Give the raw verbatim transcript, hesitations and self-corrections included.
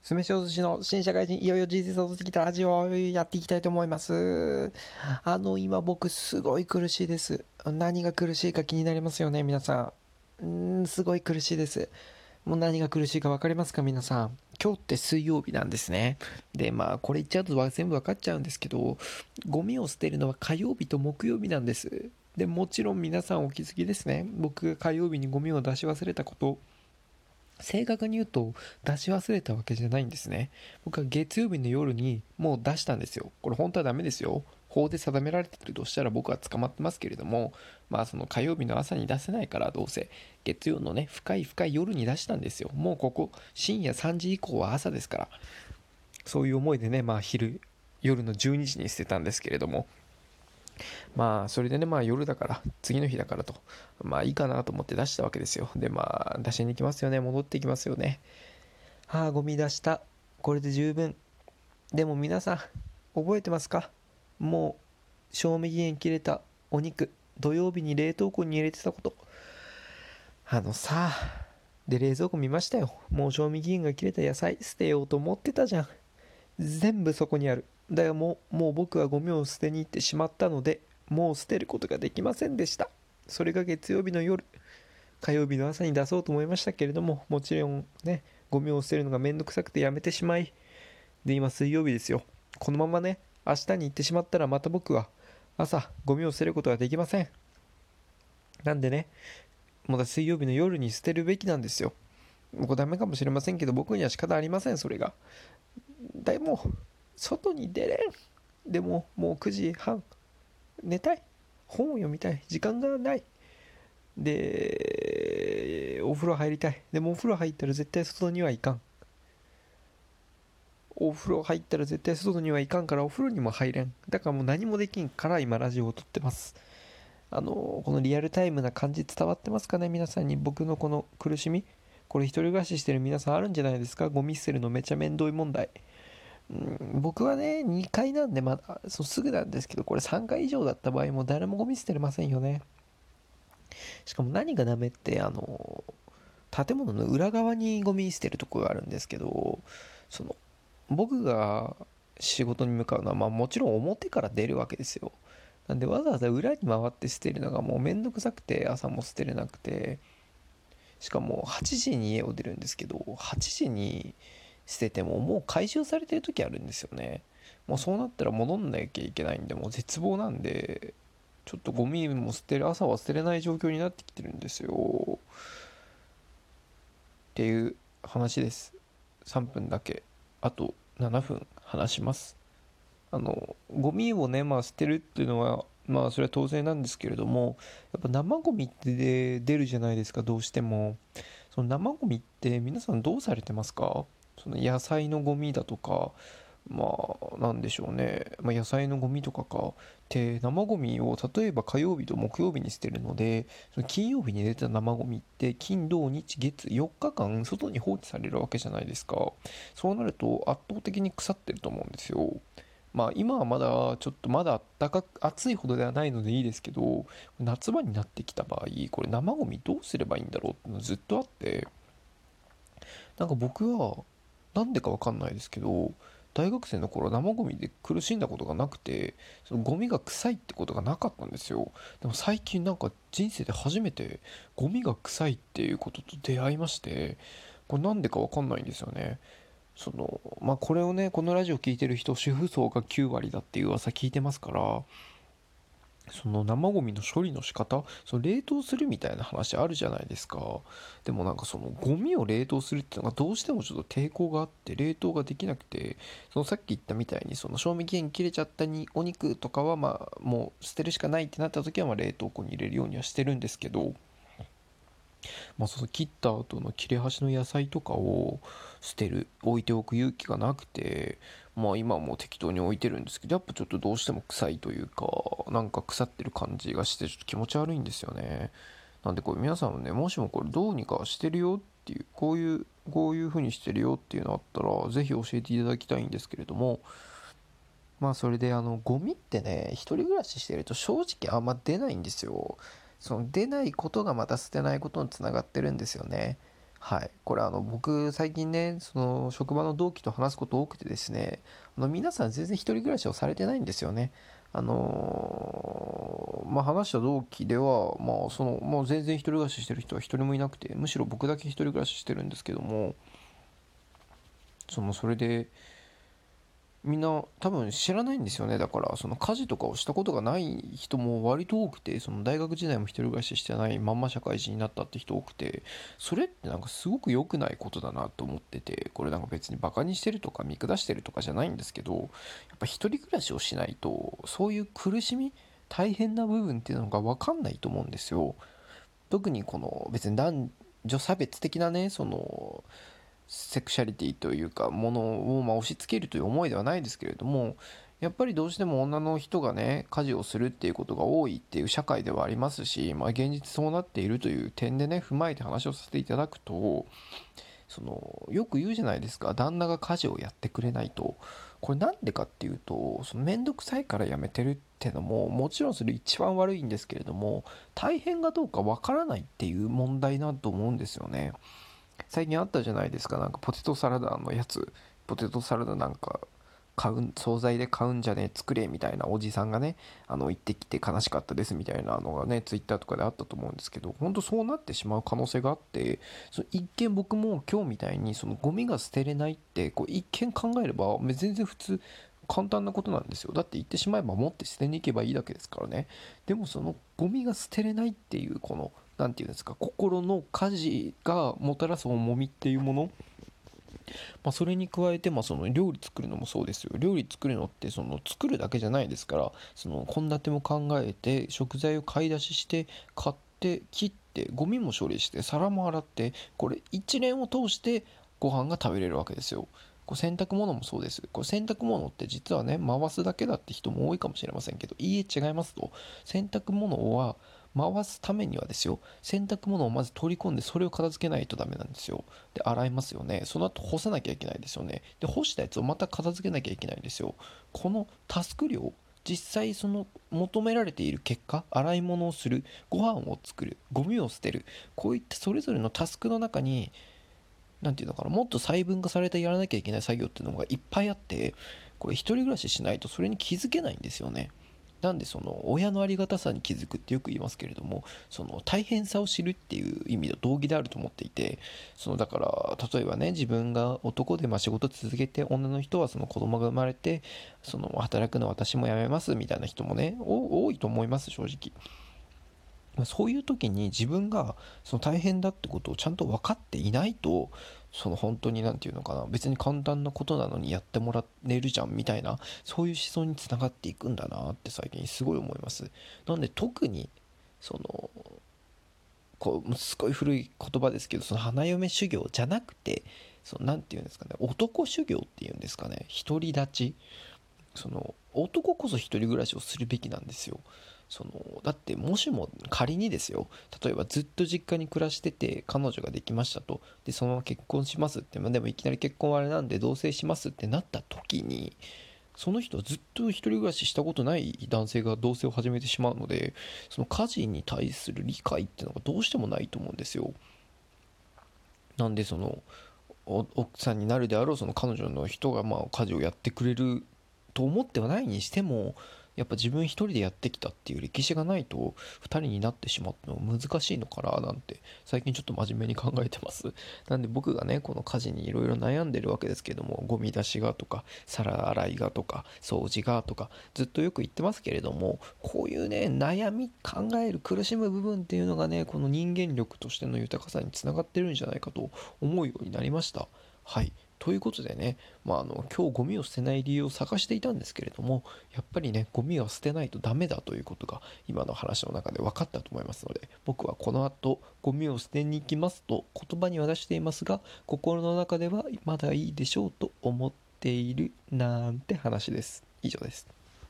酢飯お寿司の新社会人いよいよ人生戻ってきたラジオをやっていきたいと思います。あの今僕すごい苦しいです。何が苦しいか気になりますよね皆さん。うーんすごい苦しいです。もう何が苦しいか分かりますか皆さん。今日って水曜日なんですね。でまあこれ言っちゃうと全部分かっちゃうんですけど、ゴミを捨てるのは火曜日と木曜日なんです。でもちろん皆さんお気づきですね。僕が火曜日にゴミを出し忘れたこと、正確に言うと出し忘れたわけじゃないんですね。僕は月曜日の夜にもう出したんですよ。これ本当はダメですよ。法で定められてるとしたら僕は捕まってますけれども、まあその火曜日の朝に出せないから、どうせ月曜のね深い深い夜に出したんですよ。もうここ深夜さんじ以降は朝ですから、そういう思いでね、まあ昼夜のじゅうにじに捨てたんですけれども、まあそれでね、まあ夜だから次の日だからと、まあいいかなと思って出したわけですよ。でまあ出しに行きますよね、戻ってきますよね。ああゴミ出した、これで十分。でも皆さん覚えてますか？もう賞味期限切れたお肉、土曜日に冷凍庫に入れてたこと。あのさで冷蔵庫見ましたよ。もう賞味期限が切れた野菜捨てようと思ってたじゃん。全部そこにある。だがもうもう僕はゴミを捨てに行ってしまったので、もう捨てることができませんでした。それが月曜日の夜、火曜日の朝に出そうと思いましたけれども、もちろんね、ゴミを捨てるのがめんどくさくてやめてしまい、で今水曜日ですよ。このままね明日に行ってしまったら、また僕は朝ゴミを捨てることができません。なんでね、まだ水曜日の夜に捨てるべきなんですよ。これダメかもしれませんけど、僕には仕方ありません。それがでも外に出れん。でももうくじはん、寝たい、本を読みたい、時間がない。でお風呂入りたい。でもお風呂入ったら絶対外には行かん。お風呂入ったら絶対外には行かんから、お風呂にも入れん。だからもう何もできんから今ラジオを撮ってます。あのこのリアルタイムな感じ伝わってますかね皆さんに。僕のこの苦しみ、これ一人暮らししてる皆さんあるんじゃないですか？ゴミ捨てるのめちゃ面倒い問題。うん、僕はねにかいなんでまだそうすぐなんですけど、これさんかい以上だった場合も誰もゴミ捨てれませんよね。しかも何がダメって、あの建物の裏側にゴミ捨てるとこがあるんですけど、その僕が仕事に向かうのは、まあもちろん表から出るわけですよ。なんでわざわざ裏に回って捨てるのがもうめんどくさくて、朝も捨てれなくて、しかもはちじに家を出るんですけど、はちじに捨ててももう回収されてる時あるんですよね。もうそうなったら戻んなきゃいけないんで、もう絶望なんで、ちょっとゴミも捨てる、朝は捨てれない状況になってきてるんですよっていう話です。さんぷんだけ、あとななふん話します。あのゴミをね、まあ捨てるっていうのはまあそれは当然なんですけれども、やっぱ生ゴミってで出るじゃないですか、どうしても。その生ゴミって皆さんどうされてますか？その野菜のゴミだとか、まあなんでしょうね、まあ、野菜のゴミとかかって生ゴミを例えば火曜日と木曜日に捨てるので、その金曜日に出た生ゴミって金土日月よっかかん外に放置されるわけじゃないですか。そうなると圧倒的に腐ってると思うんですよ。まあ今はまだちょっとまだ暖かく暑いほどではないのでいいですけど、夏場になってきた場合これ生ゴミどうすればいいんだろうってのずっとあって、なんか僕はなんでかわかんないですけど、大学生の頃生ゴミで苦しんだことがなくて、そのゴミが臭いってことがなかったんですよ。でも最近なんか人生で初めてゴミが臭いっていうことと出会いまして、これなんでかわかんないんですよね。そのまあこれをね、このラジオ聞いてる人主婦層がきゅう割だっていう噂聞いてますから、その生ゴミの処理の仕方、その冷凍するみたいな話あるじゃないですか。でもなんかそのゴミを冷凍するっていうのがどうしてもちょっと抵抗があって冷凍ができなくて、そのさっき言ったみたいにその賞味期限切れちゃったにお肉とかはまあもう捨てるしかないってなった時はまあ冷凍庫に入れるようにはしてるんですけど、まあ、その切った後の切れ端の野菜とかを捨てる、置いておく勇気がなくて、まあ今はもう適当に置いてるんですけど、やっぱちょっとどうしても臭いというか、なんか腐ってる感じがしてちょっと気持ち悪いんですよね。なんでこれ皆さんもね、もしもこれどうにかしてるよっていう、こういうこういう風にしてるよっていうのあったらぜひ教えていただきたいんですけれども、まあそれであのゴミってね、一人暮らししてると正直あんま出ないんですよ。その出ないことがまた捨てないことにつながってるんですよね。 はい、これあの僕最近ねその職場の同期と話すこと多くてですね、あの皆さん全然一人暮らしをされてないんですよね。あのーまあ話した同期ではまあそのもう全然一人暮らししてる人は一人もいなくて、むしろ僕だけ一人暮らししてるんですけども、そのそれでみんな多分知らないんですよね。だからその家事とかをしたことがない人も割と多くて、その大学時代も一人暮らししてないまんま社会人になったって人多くて、それってなんかすごく良くないことだなと思ってて、これなんか別にバカにしてるとか見下してるとかじゃないんですけど、やっぱ一人暮らしをしないとそういう苦しみ、大変な部分っていうのが分かんないと思うんですよ。特にこの別に男女差別的なね、そのセクシャリティというかものをまあ押し付けるという思いではないですけれども、やっぱりどうしても女の人がね家事をするっていうことが多いっていう社会ではありますし、まあ、現実そうなっているという点でね踏まえて話をさせていただくと、そのよく言うじゃないですか、旦那が家事をやってくれないと。これなんでかっていうと、その面倒くさいからやめてるってのももちろんそれ一番悪いんですけれども、大変かどうかわからないっていう問題だと思うんですよね。最近あったじゃないですか、なんかポテトサラダのやつ、ポテトサラダなんか買う惣菜で買うんじゃねえ作れみたいなおじさんがね、あの言ってきて悲しかったですみたいなのがねツイッターとかであったと思うんですけど、本当そうなってしまう可能性があって、その一見僕も今日みたいにそのゴミが捨てれないってこう一見考えれば全然普通簡単なことなんですよ。だって言ってしまえば持って捨てに行けばいいだけですからね。でもそのゴミが捨てれないっていうこの何て言うんですか、心の火事がもたらす重みっていうもの、まあ、それに加えて、まあ、その料理作るのもそうですよ。料理作るのってその作るだけじゃないですから、その献立も考えて食材を買い出しして買って切ってゴミも処理して皿も洗って、これ一年を通してご飯が食べれるわけですよ。こう洗濯物もそうです。これ洗濯物って実はね回すだけだって人も多いかもしれませんけど、いいえ違いますと。洗濯物は回すためにはですよ、洗濯物をまず取り込んでそれを片付けないとダメなんですよ。で洗いますよね、その後干さなきゃいけないですよね。で干したやつをまた片付けなきゃいけないんですよ。このタスク量、実際その求められている結果、洗い物をする、ご飯を作る、ゴミを捨てる、こういったそれぞれのタスクの中に何て言うのかな、もっと細分化されたやらなきゃいけない作業っていうのがいっぱいあって、これ一人暮らししないとそれに気づけないんですよね。なんでその親のありがたさに気づくってよく言いますけれども、その大変さを知るっていう意味の同義であると思っていて、そのだから例えばね、自分が男でまあ仕事続けて、女の人はその子供が生まれて、その働くの私も辞めますみたいな人もね多いと思います、正直。そういう時に自分がその大変だってことをちゃんと分かっていないと、その本当に何て言うのかな、別に簡単なことなのにやってもらえるじゃんみたいな、そういう思想につながっていくんだなって最近すごい思います。なんで特にそのこうすごい古い言葉ですけど、その花嫁修行じゃなくて、その何て言うんですかね、男修行っていうんですかね、独り立ち、その男こそ一人暮らしをするべきなんですよ。そのだってもしも仮にですよ、例えばずっと実家に暮らしてて彼女ができましたと、でそのまま結婚しますって、まあ、でもいきなり結婚はあれなんで同棲しますってなった時に、その人はずっと一人暮らししたことない男性が同棲を始めてしまうので、その家事に対する理解っていうのがどうしてもないと思うんですよ。なんでその奥さんになるであろうその彼女の人がまあ家事をやってくれると思ってはないにしても、やっぱ自分一人でやってきたっていう歴史がないとふたりになってしまうの難しいのかななんて最近ちょっと真面目に考えてます。なんで僕がねこの家事にいろいろ悩んでるわけですけども、ゴミ出しがとか皿洗いがとか掃除がとかずっとよく言ってますけれども、こういうね悩み考える苦しむ部分っていうのがね、この人間力としての豊かさにつながってるんじゃないかと思うようになりました。はい。ということでね、まあ、あの今日ゴミを捨てない理由を探していたんですけれども、やっぱりねゴミは捨てないとダメだということが今の話の中で分かったと思いますので、僕はこの後ゴミを捨てに行きますと言葉には出していますが、心の中ではまだいいでしょうと思っているなんて話です。以上です。